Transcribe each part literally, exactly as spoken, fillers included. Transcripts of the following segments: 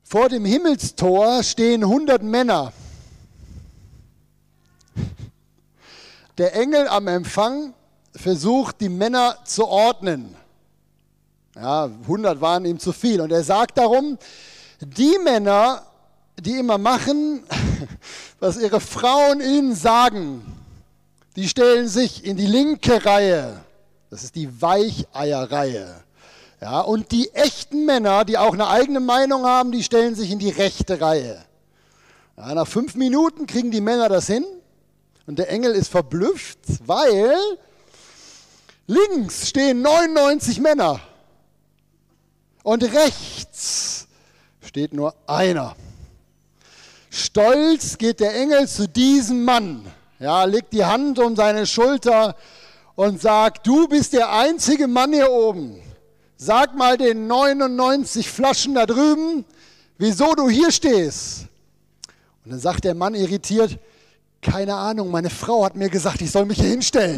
Vor dem Himmelstor stehen hundert Männer. Der Engel am Empfang versucht, die Männer zu ordnen. Ja, hundert waren ihm zu viel. Und er sagt darum, die Männer, die immer machen, was ihre Frauen ihnen sagen, die stellen sich in die linke Reihe. Das ist die Weicheierreihe. Ja, und die echten Männer, die auch eine eigene Meinung haben, die stellen sich in die rechte Reihe. Ja, nach fünf Minuten kriegen die Männer das hin und der Engel ist verblüfft, weil links stehen neunundneunzig Männer und rechts steht nur einer. Stolz geht der Engel zu diesem Mann, ja, legt die Hand um seine Schulter und sagt, du bist der einzige Mann hier oben. Sag mal den neunundneunzig Flaschen da drüben, wieso du hier stehst. Und dann sagt der Mann irritiert, keine Ahnung, meine Frau hat mir gesagt, ich soll mich hier hinstellen.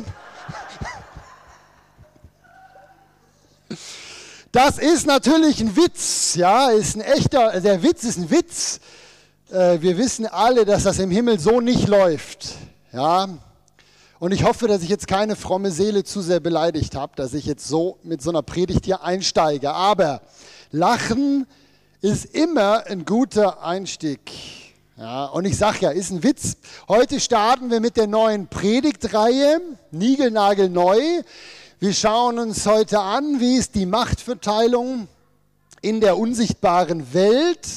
Das ist natürlich ein Witz, ja, ist ein echter, der Witz ist ein Witz. Wir wissen alle, dass das im Himmel so nicht läuft, ja. Und ich hoffe, dass ich jetzt keine fromme Seele zu sehr beleidigt habe, dass ich jetzt so mit so einer Predigt hier einsteige. Aber Lachen ist immer ein guter Einstieg. Ja, und ich sage ja, ist ein Witz. Heute starten wir mit der neuen Predigtreihe, niegelnagelneu. Wir schauen uns heute an, wie ist die Machtverteilung in der unsichtbaren Welt.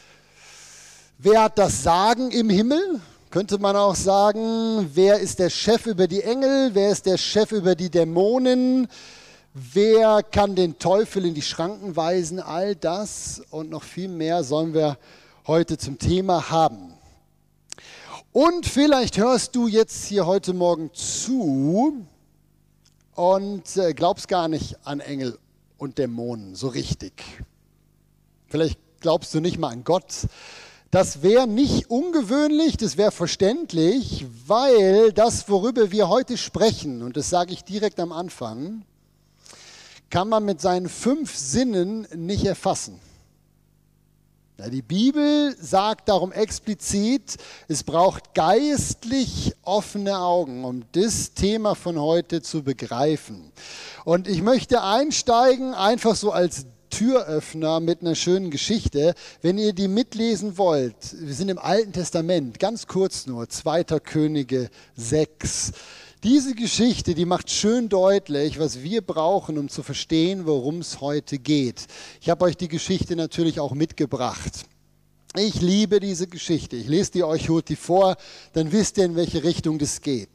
Wer hat das Sagen im Himmel? Könnte man auch sagen, wer ist der Chef über die Engel, wer ist der Chef über die Dämonen, wer kann den Teufel in die Schranken weisen, all das und noch viel mehr sollen wir heute zum Thema haben. Und vielleicht hörst du jetzt hier heute Morgen zu und glaubst gar nicht an Engel und Dämonen so richtig. Vielleicht glaubst du nicht mal an Gott. Das wäre nicht ungewöhnlich, das wäre verständlich, weil das, worüber wir heute sprechen, und das sage ich direkt am Anfang, kann man mit seinen fünf Sinnen nicht erfassen. Ja, die Bibel sagt darum explizit, es braucht geistlich offene Augen, um das Thema von heute zu begreifen. Und ich möchte einsteigen, einfach so als Türöffner mit einer schönen Geschichte. Wenn ihr die mitlesen wollt, wir sind im Alten Testament, ganz kurz nur, zweiter Könige sechs. Diese Geschichte, die macht schön deutlich, was wir brauchen, um zu verstehen, worum es heute geht. Ich habe euch die Geschichte natürlich auch mitgebracht. Ich liebe diese Geschichte. Ich lese die euch, holt die vor, dann wisst ihr, in welche Richtung das geht.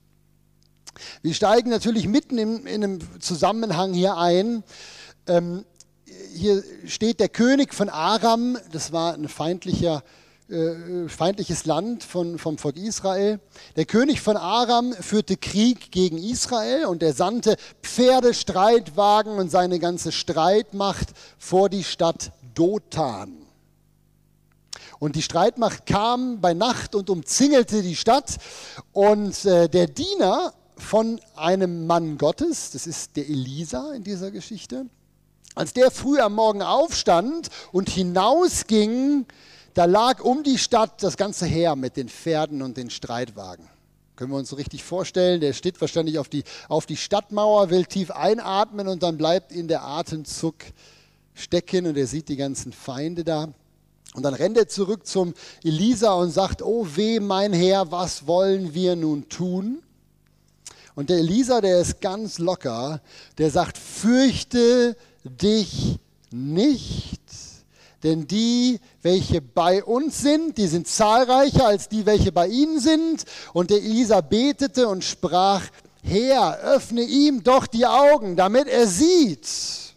Wir steigen natürlich mitten in, in einem Zusammenhang hier ein. Ähm, Hier steht der König von Aram, das war ein feindlicher, äh, feindliches Land von, vom Volk Israel. Der König von Aram führte Krieg gegen Israel und er sandte Pferde, Streitwagen und seine ganze Streitmacht vor die Stadt Dothan. Und die Streitmacht kam bei Nacht und umzingelte die Stadt und äh, der Diener von einem Mann Gottes, das ist der Elisa in dieser Geschichte, als der früh am Morgen aufstand und hinausging, da lag um die Stadt das ganze Heer mit den Pferden und den Streitwagen. Können wir uns so richtig vorstellen, der steht wahrscheinlich auf die, auf die Stadtmauer, will tief einatmen und dann bleibt ihn der Atemzug stecken und er sieht die ganzen Feinde da. Und dann rennt er zurück zum Elisa und sagt, oh weh, mein Herr, was wollen wir nun tun? Und der Elisa, der ist ganz locker, der sagt, fürchte dich nicht, denn die, welche bei uns sind, die sind zahlreicher als die, welche bei ihnen sind. Und der Elisa betete und sprach, Herr, öffne ihm doch die Augen, damit er sieht.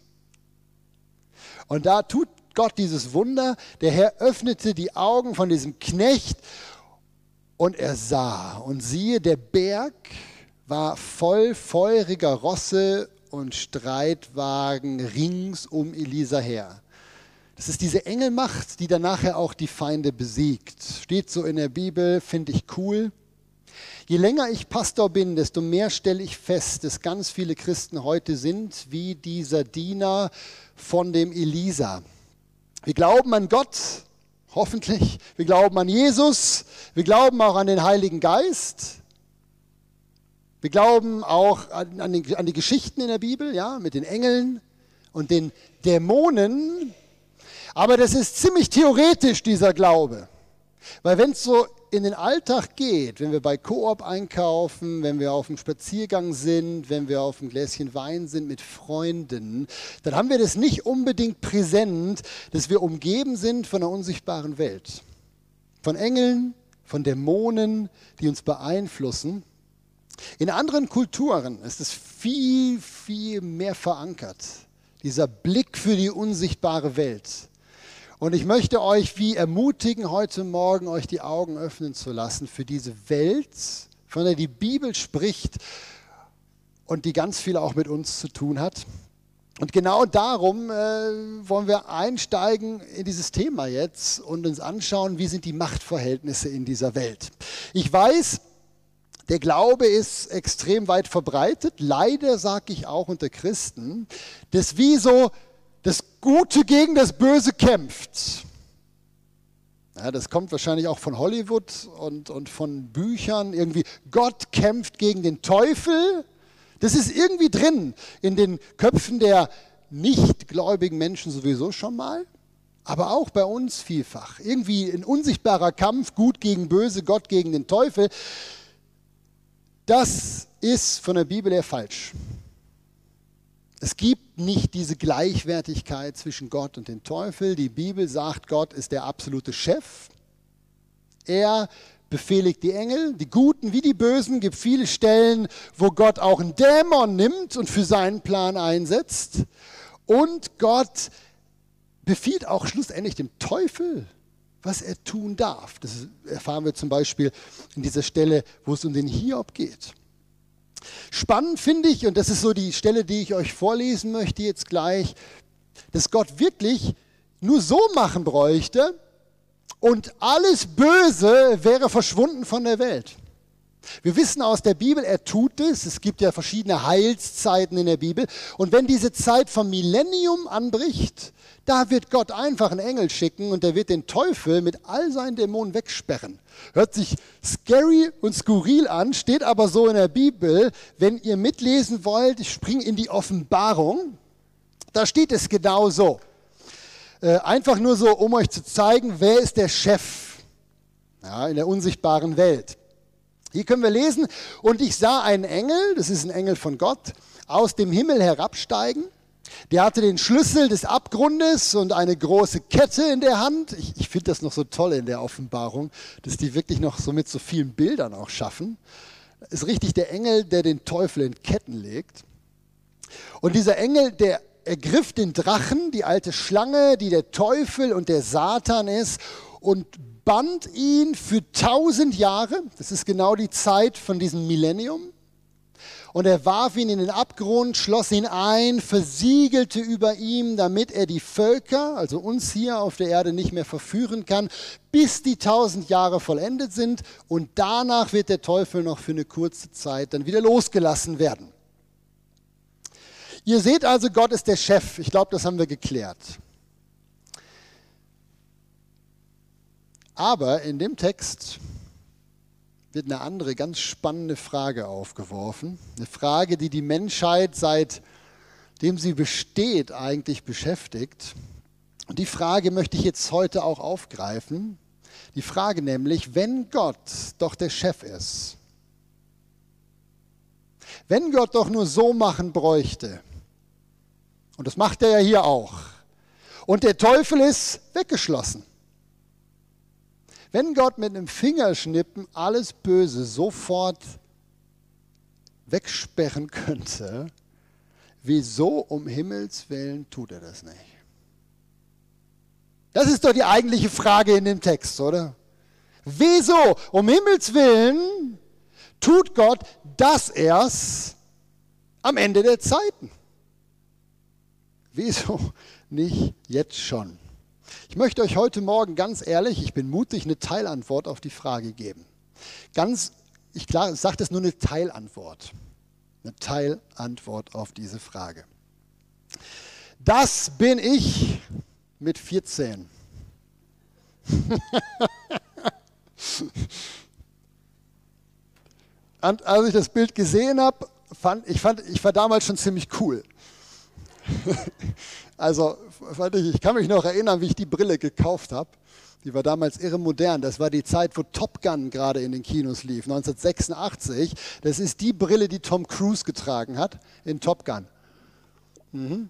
Und da tut Gott dieses Wunder, der Herr öffnete die Augen von diesem Knecht und er sah. Und siehe, der Berg war voll feuriger Rosse und Streitwagen rings um Elisa her. Das ist diese Engelmacht, die dann nachher auch die Feinde besiegt. Steht so in der Bibel, finde ich cool. Je länger ich Pastor bin, desto mehr stelle ich fest, dass ganz viele Christen heute sind wie dieser Diener von dem Elisa. Wir glauben an Gott, hoffentlich. Wir glauben an Jesus. Wir glauben auch an den Heiligen Geist. Wir glauben auch an, an, die, an die Geschichten in der Bibel, ja, mit den Engeln und den Dämonen. Aber das ist ziemlich theoretisch, dieser Glaube. Weil wenn es so in den Alltag geht, wenn wir bei Coop einkaufen, wenn wir auf dem Spaziergang sind, wenn wir auf einem Gläschen Wein sind mit Freunden, dann haben wir das nicht unbedingt präsent, dass wir umgeben sind von einer unsichtbaren Welt. Von Engeln, von Dämonen, die uns beeinflussen. In anderen Kulturen ist es viel, viel mehr verankert, dieser Blick für die unsichtbare Welt. Und ich möchte euch wie ermutigen, heute Morgen euch die Augen öffnen zu lassen für diese Welt, von der die Bibel spricht und die ganz viel auch mit uns zu tun hat. Und genau darum äh, wollen wir einsteigen in dieses Thema jetzt und uns anschauen, wie sind die Machtverhältnisse in dieser Welt. Ich weiß, der Glaube ist extrem weit verbreitet, leider sage ich auch unter Christen, dass wie so das Gute gegen das Böse kämpft. Ja, das kommt wahrscheinlich auch von Hollywood und, und von Büchern. Irgendwie Gott kämpft gegen den Teufel. Das ist irgendwie drin in den Köpfen der nichtgläubigen Menschen sowieso schon mal, aber auch bei uns vielfach. Irgendwie ein unsichtbarer Kampf, Gut gegen Böse, Gott gegen den Teufel. Das ist von der Bibel her falsch. Es gibt nicht diese Gleichwertigkeit zwischen Gott und dem Teufel. Die Bibel sagt, Gott ist der absolute Chef. Er befehligt die Engel, die Guten wie die Bösen. Es gibt viele Stellen, wo Gott auch einen Dämon nimmt und für seinen Plan einsetzt. Und Gott befiehlt auch schlussendlich dem Teufel, was er tun darf. Das erfahren wir zum Beispiel in dieser Stelle, wo es um den Hiob geht. Spannend finde ich, und das ist so die Stelle, die ich euch vorlesen möchte jetzt gleich, dass Gott wirklich nur so machen bräuchte und alles Böse wäre verschwunden von der Welt. Wir wissen aus der Bibel, er tut es. Es gibt ja verschiedene Heilszeiten in der Bibel. Und wenn diese Zeit vom Millennium anbricht, da wird Gott einfach einen Engel schicken und der wird den Teufel mit all seinen Dämonen wegsperren. Hört sich scary und skurril an, steht aber so in der Bibel. Wenn ihr mitlesen wollt, ich springe in die Offenbarung, da steht es genau so. Äh, einfach nur so, um euch zu zeigen, wer ist der Chef, ja, in der unsichtbaren Welt. Hier können wir lesen, und ich sah einen Engel, das ist ein Engel von Gott, aus dem Himmel herabsteigen. Der hatte den Schlüssel des Abgrundes und eine große Kette in der Hand. Ich, ich finde das noch so toll in der Offenbarung, dass die wirklich noch so mit so vielen Bildern auch schaffen. Das ist richtig der Engel, der den Teufel in Ketten legt. Und dieser Engel, der ergriff den Drachen, die alte Schlange, die der Teufel und der Satan ist, und band ihn für tausend Jahre. Das ist genau die Zeit von diesem Millennium. Und er warf ihn in den Abgrund, schloss ihn ein, versiegelte über ihm, damit er die Völker, also uns hier auf der Erde, nicht mehr verführen kann, bis die tausend Jahre vollendet sind. Und danach wird der Teufel noch für eine kurze Zeit dann wieder losgelassen werden. Ihr seht also, Gott ist der Chef. Ich glaube, das haben wir geklärt. Aber in dem Text wird eine andere, ganz spannende Frage aufgeworfen. Eine Frage, die die Menschheit, seitdem sie besteht, eigentlich beschäftigt. Und die Frage möchte ich jetzt heute auch aufgreifen. Die Frage nämlich, wenn Gott doch der Chef ist, wenn Gott doch nur so machen bräuchte, und das macht er ja hier auch, und der Teufel ist weggeschlossen, wenn Gott mit einem Fingerschnippen alles Böse sofort wegsperren könnte, wieso um Himmels Willen tut er das nicht? Das ist doch die eigentliche Frage in dem Text, oder? Wieso um Himmels Willen tut Gott das erst am Ende der Zeiten? Wieso nicht jetzt schon? Ich möchte euch heute Morgen ganz ehrlich, ich bin mutig, eine Teilantwort auf die Frage geben. Ganz, ich sage das nur eine Teilantwort. Eine Teilantwort auf diese Frage. Das bin ich, mit vierzehn. Und als ich das Bild gesehen habe, fand ich, fand, ich war damals schon ziemlich cool. Also fand ich, ich kann mich noch erinnern, wie ich die Brille gekauft habe. Die war damals irre modern. Das war die Zeit, wo Top Gun gerade in den Kinos lief, neunzehnhundertsechsundachtzig. Das ist die Brille, die Tom Cruise getragen hat in Top Gun. Mhm.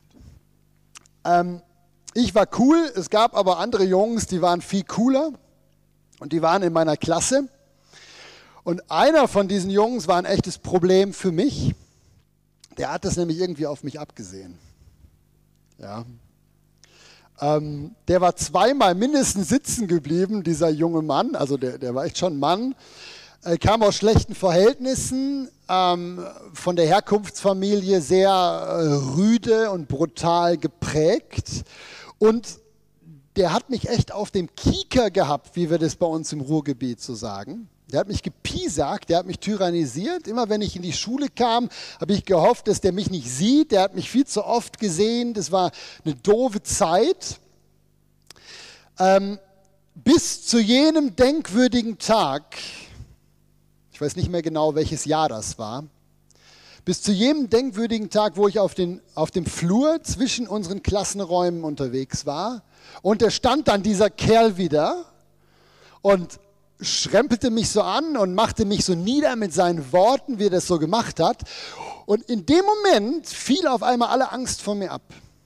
Ähm, ich war cool, es gab aber andere Jungs, die waren viel cooler und die waren in meiner Klasse. Und einer von diesen Jungs war ein echtes Problem für mich. Der hat das nämlich irgendwie auf mich abgesehen. Ja. Ähm, der war zweimal mindestens sitzen geblieben, dieser junge Mann. Also der, der war echt schon ein Mann. Er kam aus schlechten Verhältnissen, ähm, von der Herkunftsfamilie sehr äh, rüde und brutal geprägt. Und der hat mich echt auf dem Kieker gehabt, wie wir das bei uns im Ruhrgebiet so sagen. Der hat mich gepiesackt, der hat mich tyrannisiert. Immer wenn ich in die Schule kam, habe ich gehofft, dass der mich nicht sieht. Der hat mich viel zu oft gesehen. Das war eine doofe Zeit. Ähm, bis zu jenem denkwürdigen Tag, ich weiß nicht mehr genau, welches Jahr das war, bis zu jenem denkwürdigen Tag, wo ich auf, den, auf dem Flur zwischen unseren Klassenräumen unterwegs war. Und da stand dann dieser Kerl wieder und schrempelte mich so an und machte mich so nieder mit seinen Worten, wie er das so gemacht hat. Und in dem Moment fiel auf einmal alle Angst vor mir ab.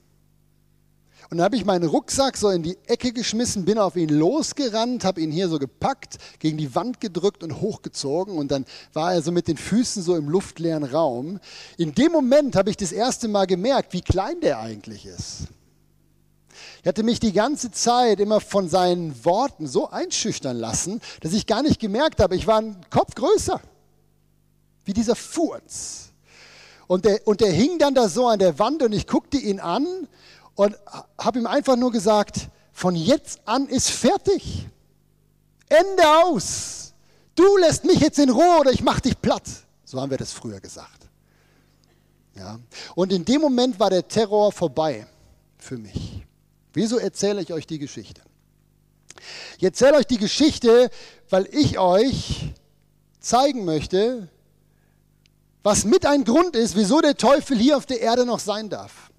Und dann habe ich meinen Rucksack so in die Ecke geschmissen, bin auf ihn losgerannt, habe ihn hier so gepackt, gegen die Wand gedrückt und hochgezogen. Und dann war er so mit den Füßen so im luftleeren Raum. In dem Moment habe ich das erste Mal gemerkt, wie klein der eigentlich ist. Ich hatte mich die ganze Zeit immer von seinen Worten so einschüchtern lassen, dass ich gar nicht gemerkt habe, ich war einen Kopf größer, wie dieser Furz. Und der, und der hing dann da so an der Wand und ich guckte ihn an und habe ihm einfach nur gesagt, von jetzt an ist fertig. Ende aus. Du lässt mich jetzt in Ruhe oder ich mache dich platt. So haben wir das früher gesagt. Ja. Und in dem Moment war der Terror vorbei für mich. Wieso erzähle ich euch die Geschichte? Ich erzähle euch die Geschichte, weil ich euch zeigen möchte, was mit ein Grund ist, wieso der Teufel hier auf der Erde noch sein darf.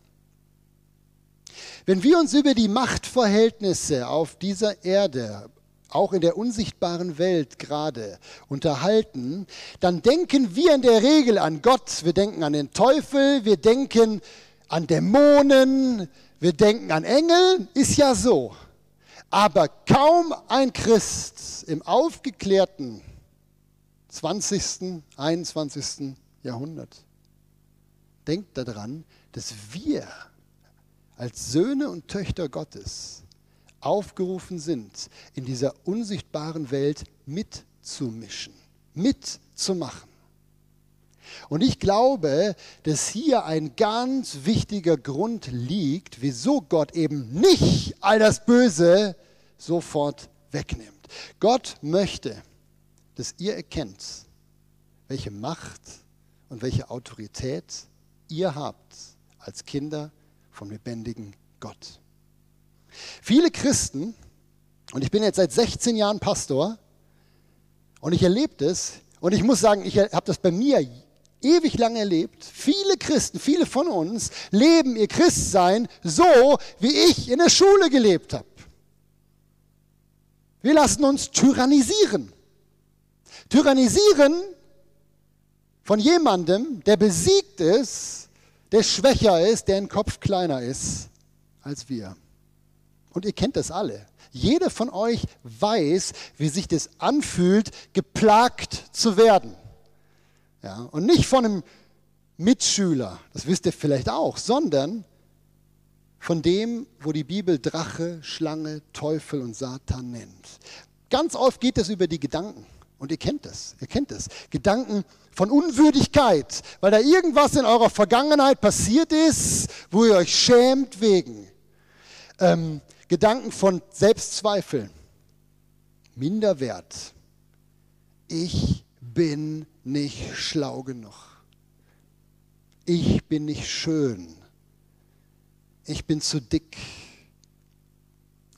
Wenn wir uns über die Machtverhältnisse auf dieser Erde, auch in der unsichtbaren Welt gerade, unterhalten, dann denken wir in der Regel an Gott, wir denken an den Teufel, wir denken an Dämonen, wir denken an Engel, ist ja so. Aber kaum ein Christ im aufgeklärten zwanzigsten, einundzwanzigsten Jahrhundert denkt daran, dass wir als Söhne und Töchter Gottes aufgerufen sind, in dieser unsichtbaren Welt mitzumischen, mitzumachen. Und ich glaube, dass hier ein ganz wichtiger Grund liegt, wieso Gott eben nicht all das Böse sofort wegnimmt. Gott möchte, dass ihr erkennt, welche Macht und welche Autorität ihr habt als Kinder vom lebendigen Gott. Viele Christen, und ich bin jetzt seit sechzehn Jahren Pastor, und ich erlebe das, und ich muss sagen, ich habe das bei mir ewig lang erlebt. Viele Christen, viele von uns leben ihr Christsein so, wie ich in der Schule gelebt habe. Wir lassen uns tyrannisieren. Tyrannisieren von jemandem, der besiegt ist, der schwächer ist, der im Kopf kleiner ist als wir. Und ihr kennt das alle. Jeder von euch weiß, wie sich das anfühlt, geplagt zu werden. Ja, und nicht von einem Mitschüler, das wisst ihr vielleicht auch, sondern von dem, wo die Bibel Drache, Schlange, Teufel und Satan nennt. Ganz oft geht es über die Gedanken. Und ihr kennt das, ihr kennt das. Gedanken von Unwürdigkeit, weil da irgendwas in eurer Vergangenheit passiert ist, wo ihr euch schämt wegen. Ähm, Gedanken von Selbstzweifel, Minderwert. Ich bin nicht schlau genug. Ich bin nicht schön. Ich bin zu dick.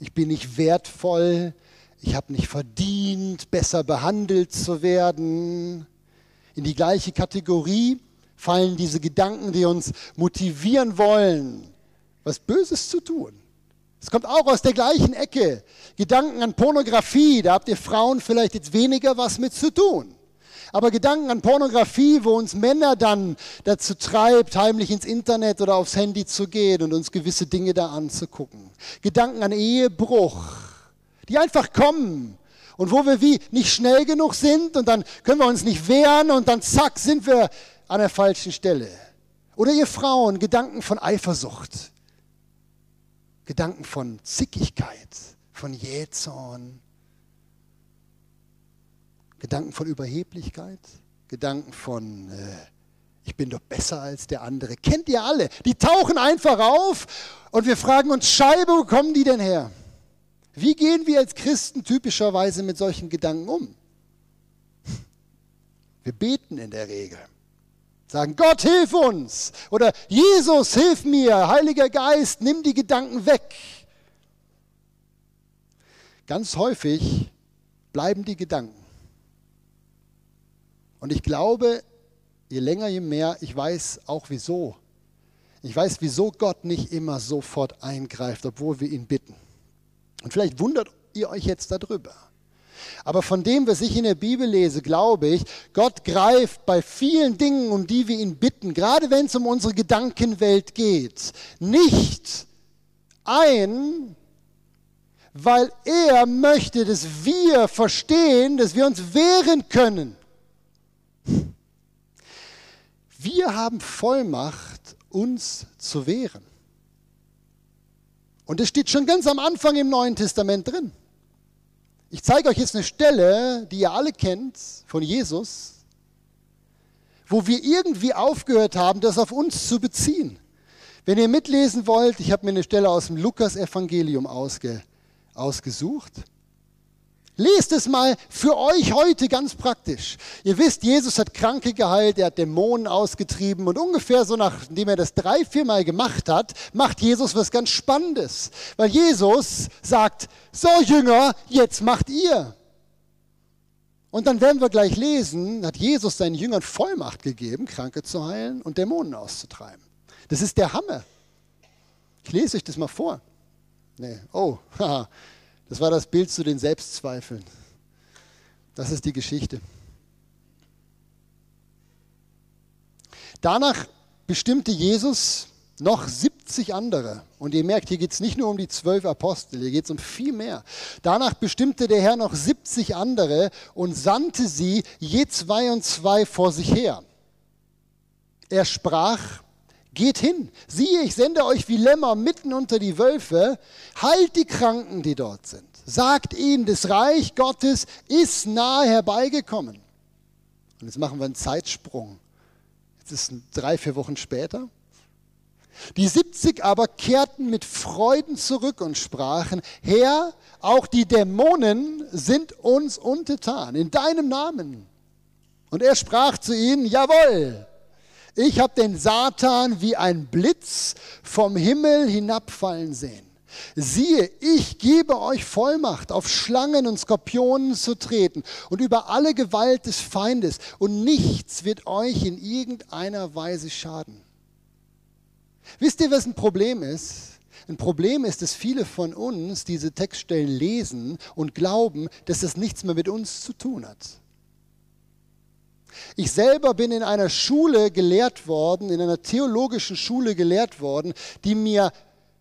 Ich bin nicht wertvoll. Ich habe nicht verdient, besser behandelt zu werden. In die gleiche Kategorie fallen diese Gedanken, die uns motivieren wollen, was Böses zu tun. Es kommt auch aus der gleichen Ecke. Gedanken an Pornografie, da habt ihr Frauen vielleicht jetzt weniger was mit zu tun. Aber Gedanken an Pornografie, wo uns Männer dann dazu treibt, heimlich ins Internet oder aufs Handy zu gehen und uns gewisse Dinge da anzugucken. Gedanken an Ehebruch, die einfach kommen und wo wir wie nicht schnell genug sind und dann können wir uns nicht wehren und dann zack sind wir an der falschen Stelle. Oder ihr Frauen, Gedanken von Eifersucht, Gedanken von Zickigkeit, von Jähzorn, Gedanken von Überheblichkeit, Gedanken von äh, ich bin doch besser als der andere. Kennt ihr alle? Die tauchen einfach auf und wir fragen uns, Scheibe, wo kommen die denn her? Wie gehen wir als Christen typischerweise mit solchen Gedanken um? Wir beten in der Regel. Sagen, Gott, hilf uns. Oder Jesus, hilf mir. Heiliger Geist, nimm die Gedanken weg. Ganz häufig bleiben die Gedanken. Und ich glaube, je länger, je mehr, ich weiß auch wieso. Ich weiß, wieso Gott nicht immer sofort eingreift, obwohl wir ihn bitten. Und vielleicht wundert ihr euch jetzt darüber. Aber von dem, was ich in der Bibel lese, glaube ich, Gott greift bei vielen Dingen, um die wir ihn bitten, gerade wenn es um unsere Gedankenwelt geht, nicht ein, weil er möchte, dass wir verstehen, dass wir uns wehren können. Wir haben Vollmacht, uns zu wehren. Und das steht schon ganz am Anfang im Neuen Testament drin. Ich zeige euch jetzt eine Stelle, die ihr alle kennt, von Jesus, wo wir irgendwie aufgehört haben, das auf uns zu beziehen. Wenn ihr mitlesen wollt, ich habe mir eine Stelle aus dem Lukas-Evangelium ausge, ausgesucht. Lest es mal für euch heute ganz praktisch. Ihr wisst, Jesus hat Kranke geheilt, er hat Dämonen ausgetrieben und ungefähr so nachdem er das drei, viermal gemacht hat, macht Jesus was ganz Spannendes. Weil Jesus sagt, so Jünger, jetzt macht ihr. Und dann werden wir gleich lesen, hat Jesus seinen Jüngern Vollmacht gegeben, Kranke zu heilen und Dämonen auszutreiben. Das ist der Hammer. Ich lese euch das mal vor. Nee, oh, haha. Das war das Bild zu den Selbstzweifeln. Das ist die Geschichte. Danach bestimmte Jesus noch siebzig andere. Und ihr merkt, hier geht es nicht nur um die zwölf Apostel, hier geht es um viel mehr. Danach bestimmte der Herr noch siebzig andere und sandte sie je zwei und zwei vor sich her. Er sprach, geht hin, siehe, ich sende euch wie Lämmer mitten unter die Wölfe, heilt die Kranken, die dort sind. Sagt ihnen, das Reich Gottes ist nahe herbeigekommen. Und jetzt machen wir einen Zeitsprung. Jetzt ist es drei, vier Wochen später. Die siebzig aber kehrten mit Freuden zurück und sprachen, Herr, auch die Dämonen sind uns untertan, in deinem Namen. Und er sprach zu ihnen, jawohl, ich habe den Satan wie ein Blitz vom Himmel hinabfallen sehen. Siehe, ich gebe euch Vollmacht, auf Schlangen und Skorpionen zu treten und über alle Gewalt des Feindes und nichts wird euch in irgendeiner Weise schaden. Wisst ihr, was ein Problem ist? Ein Problem ist, dass viele von uns diese Textstellen lesen und glauben, dass das nichts mehr mit uns zu tun hat. Ich selber bin in einer Schule gelehrt worden, in einer theologischen Schule gelehrt worden, die mir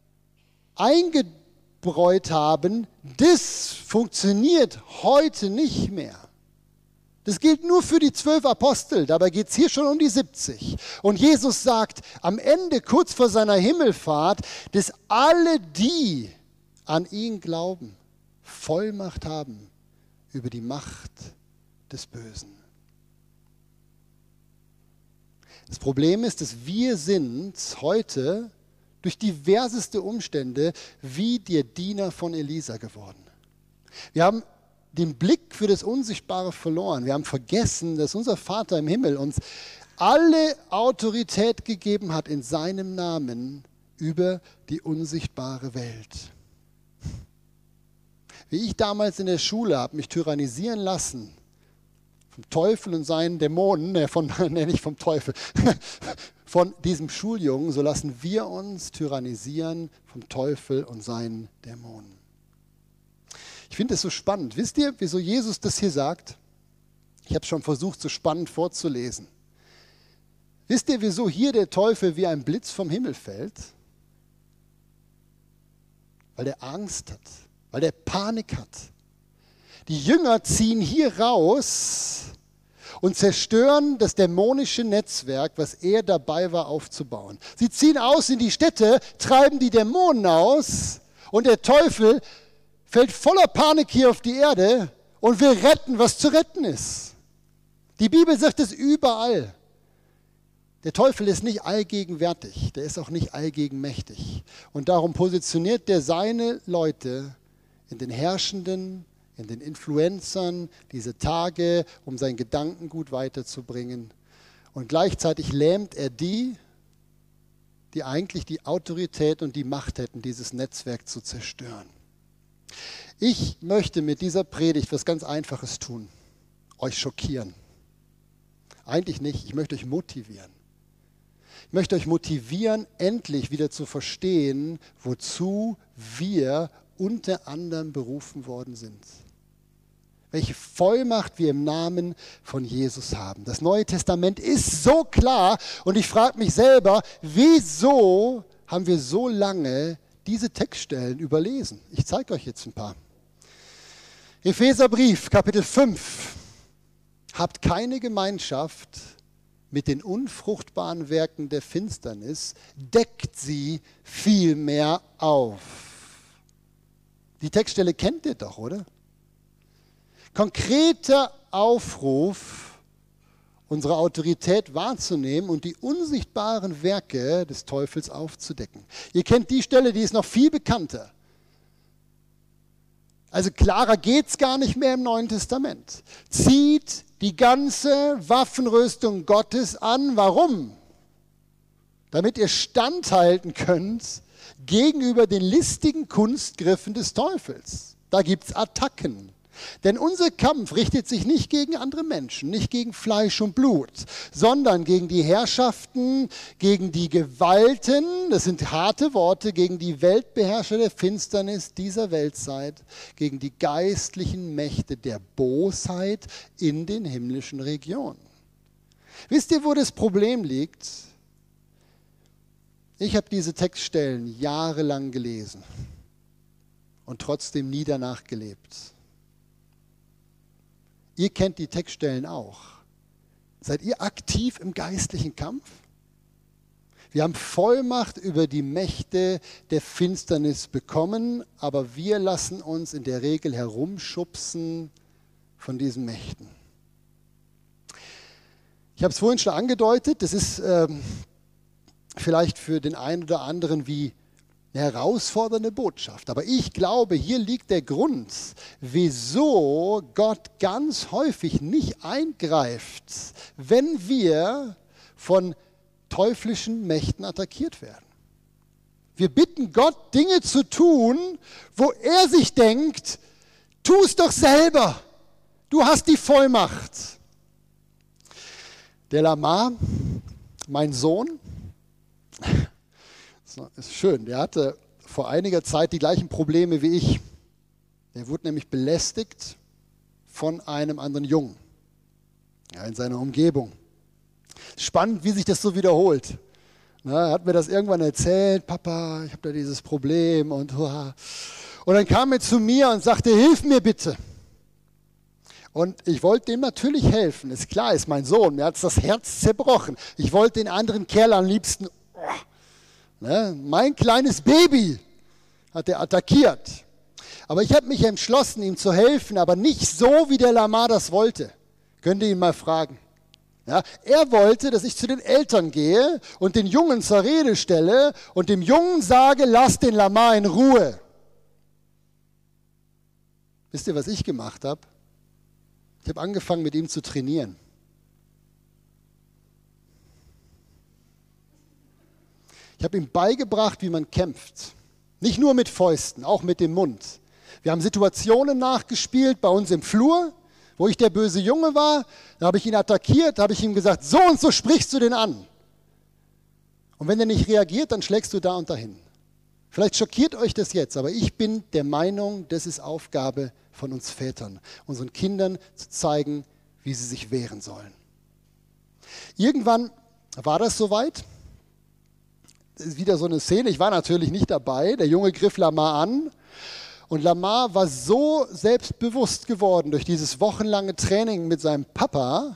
eingebräut haben, das funktioniert heute nicht mehr. Das gilt nur für die zwölf Apostel, dabei geht es hier schon um die siebzig. Und Jesus sagt am Ende, kurz vor seiner Himmelfahrt, dass alle, die an ihn glauben, Vollmacht haben über die Macht des Bösen. Das Problem ist, dass wir sind heute durch diverseste Umstände wie der Diener von Elisa geworden. Wir haben den Blick für das Unsichtbare verloren. Wir haben vergessen, dass unser Vater im Himmel uns alle Autorität gegeben hat in seinem Namen über die unsichtbare Welt. Wie ich damals in der Schule habe mich tyrannisieren lassen vom Teufel und seinen Dämonen, ne, von, ne, nicht vom Teufel, von diesem Schuljungen, so lassen wir uns tyrannisieren vom Teufel und seinen Dämonen. Ich finde es so spannend. Wisst ihr, wieso Jesus das hier sagt? Ich habe es schon versucht, so spannend vorzulesen. Wisst ihr, wieso hier der Teufel wie ein Blitz vom Himmel fällt? Weil der Angst hat, weil der Panik hat. Die Jünger ziehen hier raus und zerstören das dämonische Netzwerk, was er dabei war aufzubauen. Sie ziehen aus in die Städte, treiben die Dämonen aus und der Teufel fällt voller Panik hier auf die Erde und will retten, was zu retten ist. Die Bibel sagt es überall. Der Teufel ist nicht allgegenwärtig, der ist auch nicht allgegenmächtig. Und darum positioniert er seine Leute in den Herrschenden, in den Influencern diese Tage, um sein Gedankengut weiterzubringen. Und gleichzeitig lähmt er die, die eigentlich die Autorität und die Macht hätten, dieses Netzwerk zu zerstören. Ich möchte mit dieser Predigt was ganz Einfaches tun, euch schockieren. Eigentlich nicht, ich möchte euch motivieren. Ich möchte euch motivieren, endlich wieder zu verstehen, wozu wir unter anderem berufen worden sind. Welche Vollmacht wir im Namen von Jesus haben. Das Neue Testament ist so klar und ich frage mich selber, wieso haben wir so lange diese Textstellen überlesen? Ich zeige euch jetzt ein paar. Epheserbrief, Kapitel fünf. Habt keine Gemeinschaft mit den unfruchtbaren Werken der Finsternis, deckt sie vielmehr auf. Die Textstelle kennt ihr doch, oder? Konkreter Aufruf, unsere Autorität wahrzunehmen und die unsichtbaren Werke des Teufels aufzudecken. Ihr kennt die Stelle, die ist noch viel bekannter. Also klarer geht es gar nicht mehr im Neuen Testament. Zieht die ganze Waffenrüstung Gottes an. Warum? Damit ihr standhalten könnt gegenüber den listigen Kunstgriffen des Teufels. Da gibt es Attacken. Denn unser Kampf richtet sich nicht gegen andere Menschen, nicht gegen Fleisch und Blut, sondern gegen die Herrschaften, gegen die Gewalten, das sind harte Worte, gegen die Weltbeherrscher der Finsternis dieser Weltzeit, gegen die geistlichen Mächte der Bosheit in den himmlischen Regionen. Wisst ihr, wo das Problem liegt? Ich habe diese Textstellen jahrelang gelesen und trotzdem nie danach gelebt. Ihr kennt die Textstellen auch. Seid ihr aktiv im geistlichen Kampf? Wir haben Vollmacht über die Mächte der Finsternis bekommen, aber wir lassen uns in der Regel herumschubsen von diesen Mächten. Ich habe es vorhin schon angedeutet, das ist ähm, vielleicht für den einen oder anderen wie eine herausfordernde Botschaft. Aber ich glaube, hier liegt der Grund, wieso Gott ganz häufig nicht eingreift, wenn wir von teuflischen Mächten attackiert werden. Wir bitten Gott, Dinge zu tun, wo er sich denkt, tu es doch selber. Du hast die Vollmacht. Der Lamar, mein Sohn, das ist schön, der hatte vor einiger Zeit die gleichen Probleme wie ich. Der wurde nämlich belästigt von einem anderen Jungen, ja, in seiner Umgebung. Spannend, wie sich das so wiederholt. Na, er hat mir das irgendwann erzählt, Papa, ich habe da dieses Problem und und dann kam er zu mir und sagte, hilf mir bitte. Und ich wollte dem natürlich helfen, ist klar, ist mein Sohn, mir hat das Herz zerbrochen. Ich wollte den anderen Kerl am liebsten, oh, ne, mein kleines Baby hat er attackiert. Aber ich habe mich entschlossen, ihm zu helfen, aber nicht so, wie der Lamar das wollte. Könnt ihr ihn mal fragen. Ja, er wollte, dass ich zu den Eltern gehe und den Jungen zur Rede stelle und dem Jungen sage, lass den Lamar in Ruhe. Wisst ihr, was ich gemacht habe? Ich habe angefangen, mit ihm zu trainieren. Ich habe ihm beigebracht, wie man kämpft. Nicht nur mit Fäusten, auch mit dem Mund. Wir haben Situationen nachgespielt bei uns im Flur, wo ich der böse Junge war. Da habe ich ihn attackiert, da habe ich ihm gesagt, so und so sprichst du den an. Und wenn er nicht reagiert, dann schlägst du da und dahin. Vielleicht schockiert euch das jetzt, aber ich bin der Meinung, das ist Aufgabe von uns Vätern, unseren Kindern zu zeigen, wie sie sich wehren sollen. Irgendwann war das soweit. Das ist wieder so eine Szene, ich war natürlich nicht dabei. Der Junge griff Lamar an und Lamar war so selbstbewusst geworden durch dieses wochenlange Training mit seinem Papa,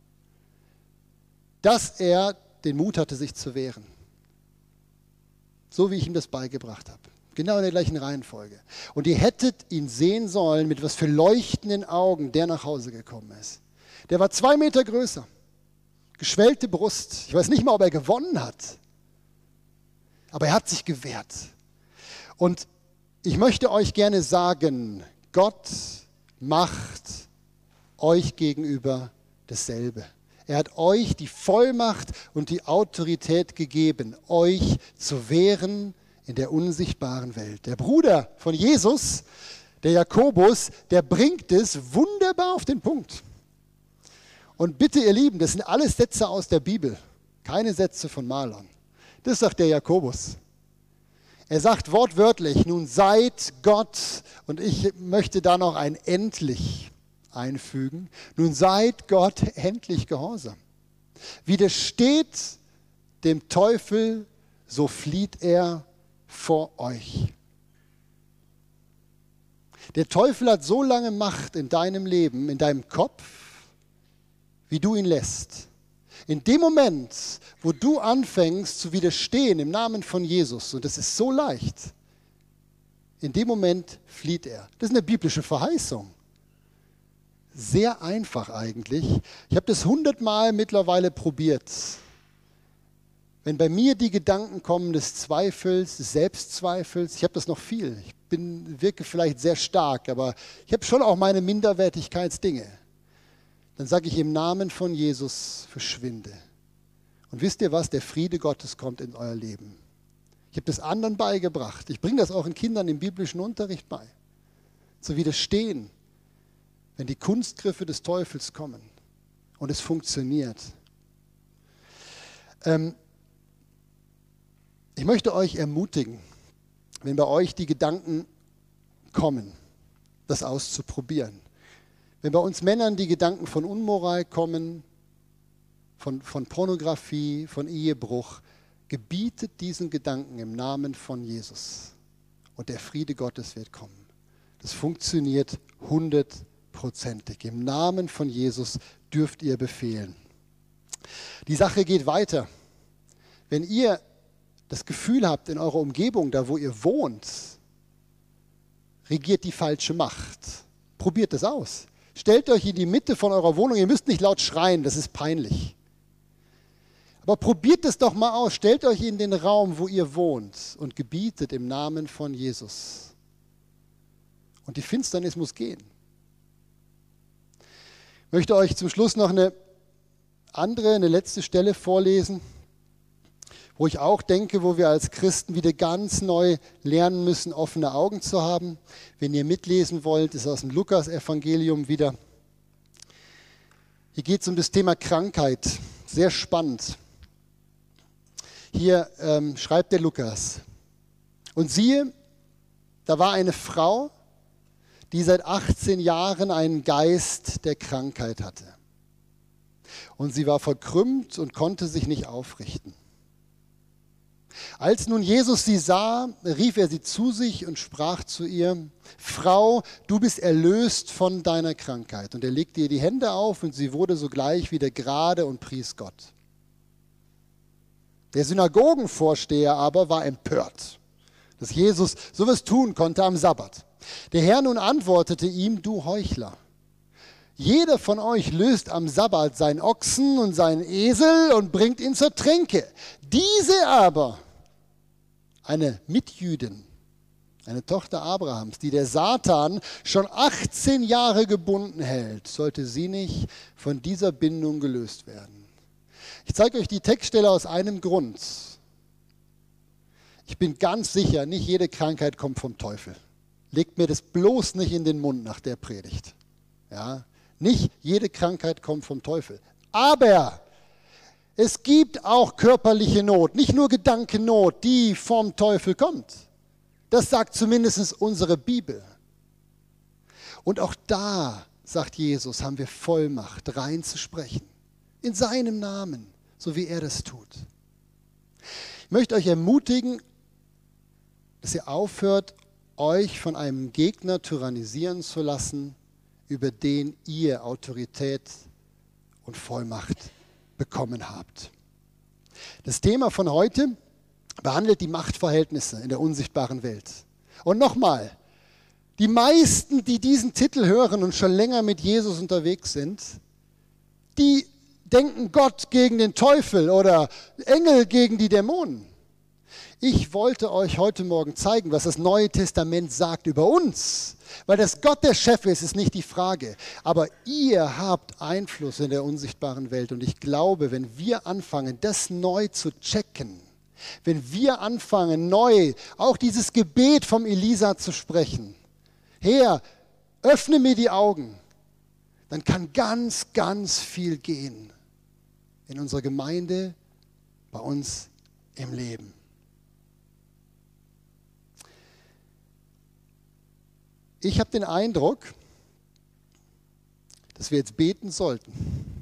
dass er den Mut hatte, sich zu wehren. So wie ich ihm das beigebracht habe. Genau in der gleichen Reihenfolge. Und ihr hättet ihn sehen sollen, mit was für leuchtenden Augen der nach Hause gekommen ist. Der war zwei Meter größer. Geschwellte Brust. Ich weiß nicht mal, ob er gewonnen hat. Aber er hat sich gewehrt. Und ich möchte euch gerne sagen, Gott macht euch gegenüber dasselbe. Er hat euch die Vollmacht und die Autorität gegeben, euch zu wehren in der unsichtbaren Welt. Der Bruder von Jesus, der Jakobus, der bringt es wunderbar auf den Punkt. Und bitte, ihr Lieben, das sind alles Sätze aus der Bibel, keine Sätze von Malern. Das sagt der Jakobus. Er sagt wortwörtlich, nun seid Gott, und ich möchte da noch ein endlich einfügen, nun seid Gott endlich gehorsam. Widersteht dem Teufel, so flieht er vor euch. Der Teufel hat so lange Macht in deinem Leben, in deinem Kopf, wie du ihn lässt. In dem Moment, wo du anfängst zu widerstehen im Namen von Jesus, und das ist so leicht, in dem Moment flieht er. Das ist eine biblische Verheißung. Sehr einfach eigentlich. Ich habe das hundertmal mittlerweile probiert. Wenn bei mir die Gedanken kommen des Zweifels, des Selbstzweifels, ich habe das noch viel, ich bin, wirke vielleicht sehr stark, aber ich habe schon auch meine Minderwertigkeitsdinge. Dann sage ich im Namen von Jesus, verschwinde. Und wisst ihr was, der Friede Gottes kommt in euer Leben. Ich habe das anderen beigebracht. Ich bringe das auch den Kindern im biblischen Unterricht bei. Zu widerstehen, wenn die Kunstgriffe des Teufels kommen. Und es funktioniert. Ähm, ich möchte euch ermutigen, wenn bei euch die Gedanken kommen, das auszuprobieren. Wenn bei uns Männern die Gedanken von Unmoral kommen, von, von Pornografie, von Ehebruch, gebietet diesen Gedanken im Namen von Jesus. Und der Friede Gottes wird kommen. Das funktioniert hundertprozentig. Im Namen von Jesus dürft ihr befehlen. Die Sache geht weiter. Wenn ihr das Gefühl habt, in eurer Umgebung, da wo ihr wohnt, regiert die falsche Macht, probiert es aus. Stellt euch in die Mitte von eurer Wohnung, ihr müsst nicht laut schreien, das ist peinlich. Aber probiert es doch mal aus, stellt euch in den Raum, wo ihr wohnt und gebietet im Namen von Jesus. Und die Finsternis muss gehen. Ich möchte euch zum Schluss noch eine andere, eine letzte Stelle vorlesen, wo ich auch denke, wo wir als Christen wieder ganz neu lernen müssen, offene Augen zu haben. Wenn ihr mitlesen wollt, ist aus dem Lukas-Evangelium wieder. Hier geht es um das Thema Krankheit. Sehr spannend. Hier ähm, schreibt der Lukas. Und siehe, da war eine Frau, die seit achtzehn Jahren einen Geist der Krankheit hatte. Und sie war verkrümmt und konnte sich nicht aufrichten. Als nun Jesus sie sah, rief er sie zu sich und sprach zu ihr, Frau, du bist erlöst von deiner Krankheit. Und er legte ihr die Hände auf und sie wurde sogleich wieder gerade und pries Gott. Der Synagogenvorsteher aber war empört, dass Jesus sowas tun konnte am Sabbat. Der Herr nun antwortete ihm, du Heuchler. Jeder von euch löst am Sabbat seinen Ochsen und seinen Esel und bringt ihn zur Tränke. Diese aber, eine Mitjüdin, eine Tochter Abrahams, die der Satan schon achtzehn Jahre gebunden hält, sollte sie nicht von dieser Bindung gelöst werden. Ich zeige euch die Textstelle aus einem Grund. Ich bin ganz sicher, nicht jede Krankheit kommt vom Teufel. legt mir das bloß nicht in den Mund nach der Predigt. Ja? Nicht jede Krankheit kommt vom Teufel. Aber es gibt auch körperliche Not, nicht nur Gedankennot, die vom Teufel kommt. Das sagt zumindest unsere Bibel. Und auch da, sagt Jesus, haben wir Vollmacht, reinzusprechen. In seinem Namen, so wie er das tut. Ich möchte euch ermutigen, dass ihr aufhört, euch von einem Gegner tyrannisieren zu lassen, über den ihr Autorität und Vollmacht bekommen habt. Das Thema von heute behandelt die Machtverhältnisse in der unsichtbaren Welt. Und nochmal, die meisten, die diesen Titel hören und schon länger mit Jesus unterwegs sind, die denken Gott gegen den Teufel oder Engel gegen die Dämonen. Ich wollte euch heute Morgen zeigen, was das Neue Testament sagt über uns. Weil dass Gott der Chef ist, ist nicht die Frage. Aber ihr habt Einfluss in der unsichtbaren Welt. Und ich glaube, wenn wir anfangen, das neu zu checken, wenn wir anfangen, neu auch dieses Gebet vom Elisa zu sprechen, Herr, öffne mir die Augen, dann kann ganz, ganz viel gehen in unserer Gemeinde, bei uns im Leben. Ich habe den Eindruck, dass wir jetzt beten sollten.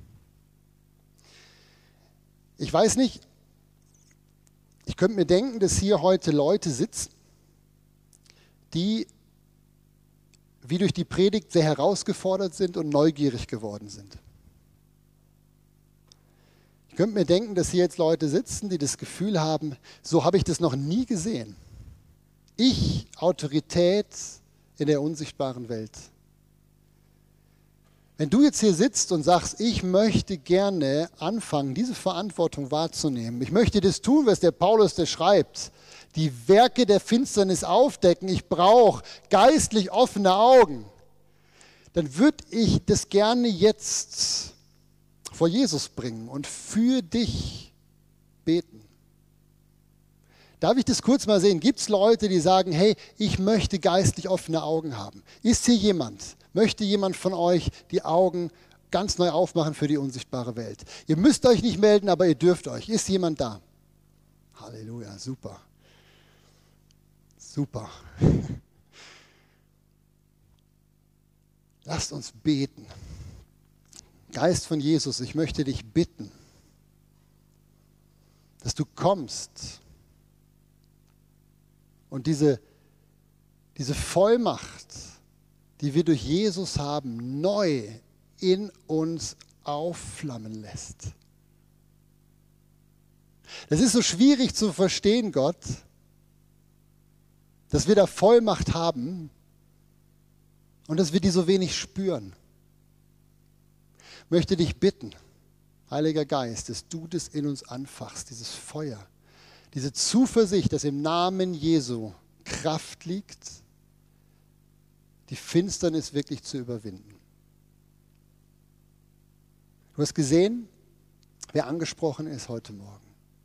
Ich weiß nicht, ich könnte mir denken, dass hier heute Leute sitzen, die wie durch die Predigt sehr herausgefordert sind und neugierig geworden sind. Ich könnte mir denken, dass hier jetzt Leute sitzen, die das Gefühl haben, so habe ich das noch nie gesehen. Ich, Autorität in der unsichtbaren Welt. Wenn du jetzt hier sitzt und sagst, ich möchte gerne anfangen, diese Verantwortung wahrzunehmen, ich möchte das tun, was der Paulus da schreibt, die Werke der Finsternis aufdecken, ich brauche geistlich offene Augen, dann würde ich das gerne jetzt vor Jesus bringen und für dich beten. Darf ich das kurz mal sehen? Gibt es Leute, die sagen, hey, ich möchte geistlich offene Augen haben? Ist hier jemand? Möchte jemand von euch die Augen ganz neu aufmachen für die unsichtbare Welt? Ihr müsst euch nicht melden, aber ihr dürft euch. Ist jemand da? Halleluja, super. Super. Lasst uns beten. Geist von Jesus, ich möchte dich bitten, dass du kommst und diese, diese Vollmacht, die wir durch Jesus haben, neu in uns aufflammen lässt. Das ist so schwierig zu verstehen, Gott, dass wir da Vollmacht haben und dass wir die so wenig spüren. Ich möchte dich bitten, Heiliger Geist, dass du das in uns anfachst, dieses Feuer, diese Zuversicht, dass im Namen Jesu Kraft liegt, die Finsternis wirklich zu überwinden. Du hast gesehen, wer angesprochen ist heute Morgen.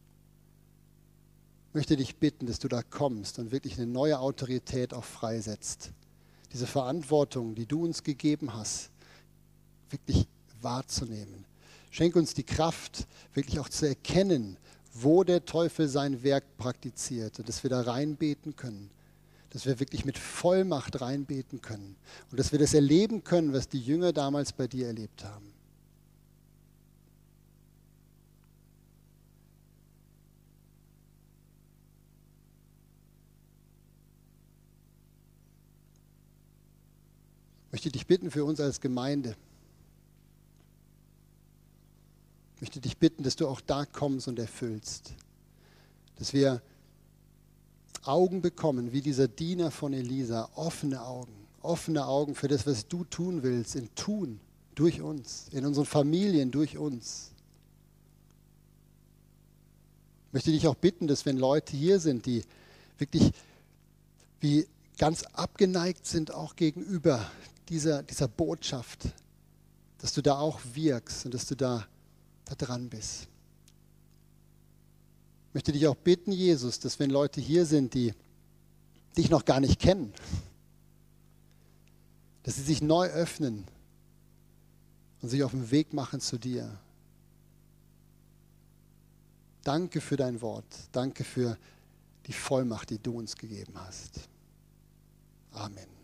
Ich möchte dich bitten, dass du da kommst und wirklich eine neue Autorität auch freisetzt. Diese Verantwortung, die du uns gegeben hast, wirklich wahrzunehmen. Schenk uns die Kraft, wirklich auch zu erkennen, wo der Teufel sein Werk praktiziert und dass wir da reinbeten können. Dass wir wirklich mit Vollmacht reinbeten können und dass wir das erleben können, was die Jünger damals bei dir erlebt haben. Ich möchte dich bitten für uns als Gemeinde. Ich möchte dich bitten, dass du auch da kommst und erfüllst. Dass wir Augen bekommen, wie dieser Diener von Elisa, offene Augen. Offene Augen für das, was du tun willst, in Tun, durch uns, in unseren Familien, durch uns. Ich möchte dich auch bitten, dass wenn Leute hier sind, die wirklich wie ganz abgeneigt sind, auch gegenüber dieser, dieser Botschaft, dass du da auch wirkst und dass du da, da dran bist. Ich möchte dich auch bitten, Jesus, dass wenn Leute hier sind, die dich noch gar nicht kennen, dass sie sich neu öffnen und sich auf den Weg machen zu dir. Danke für dein Wort. Danke für die Vollmacht, die du uns gegeben hast. Amen.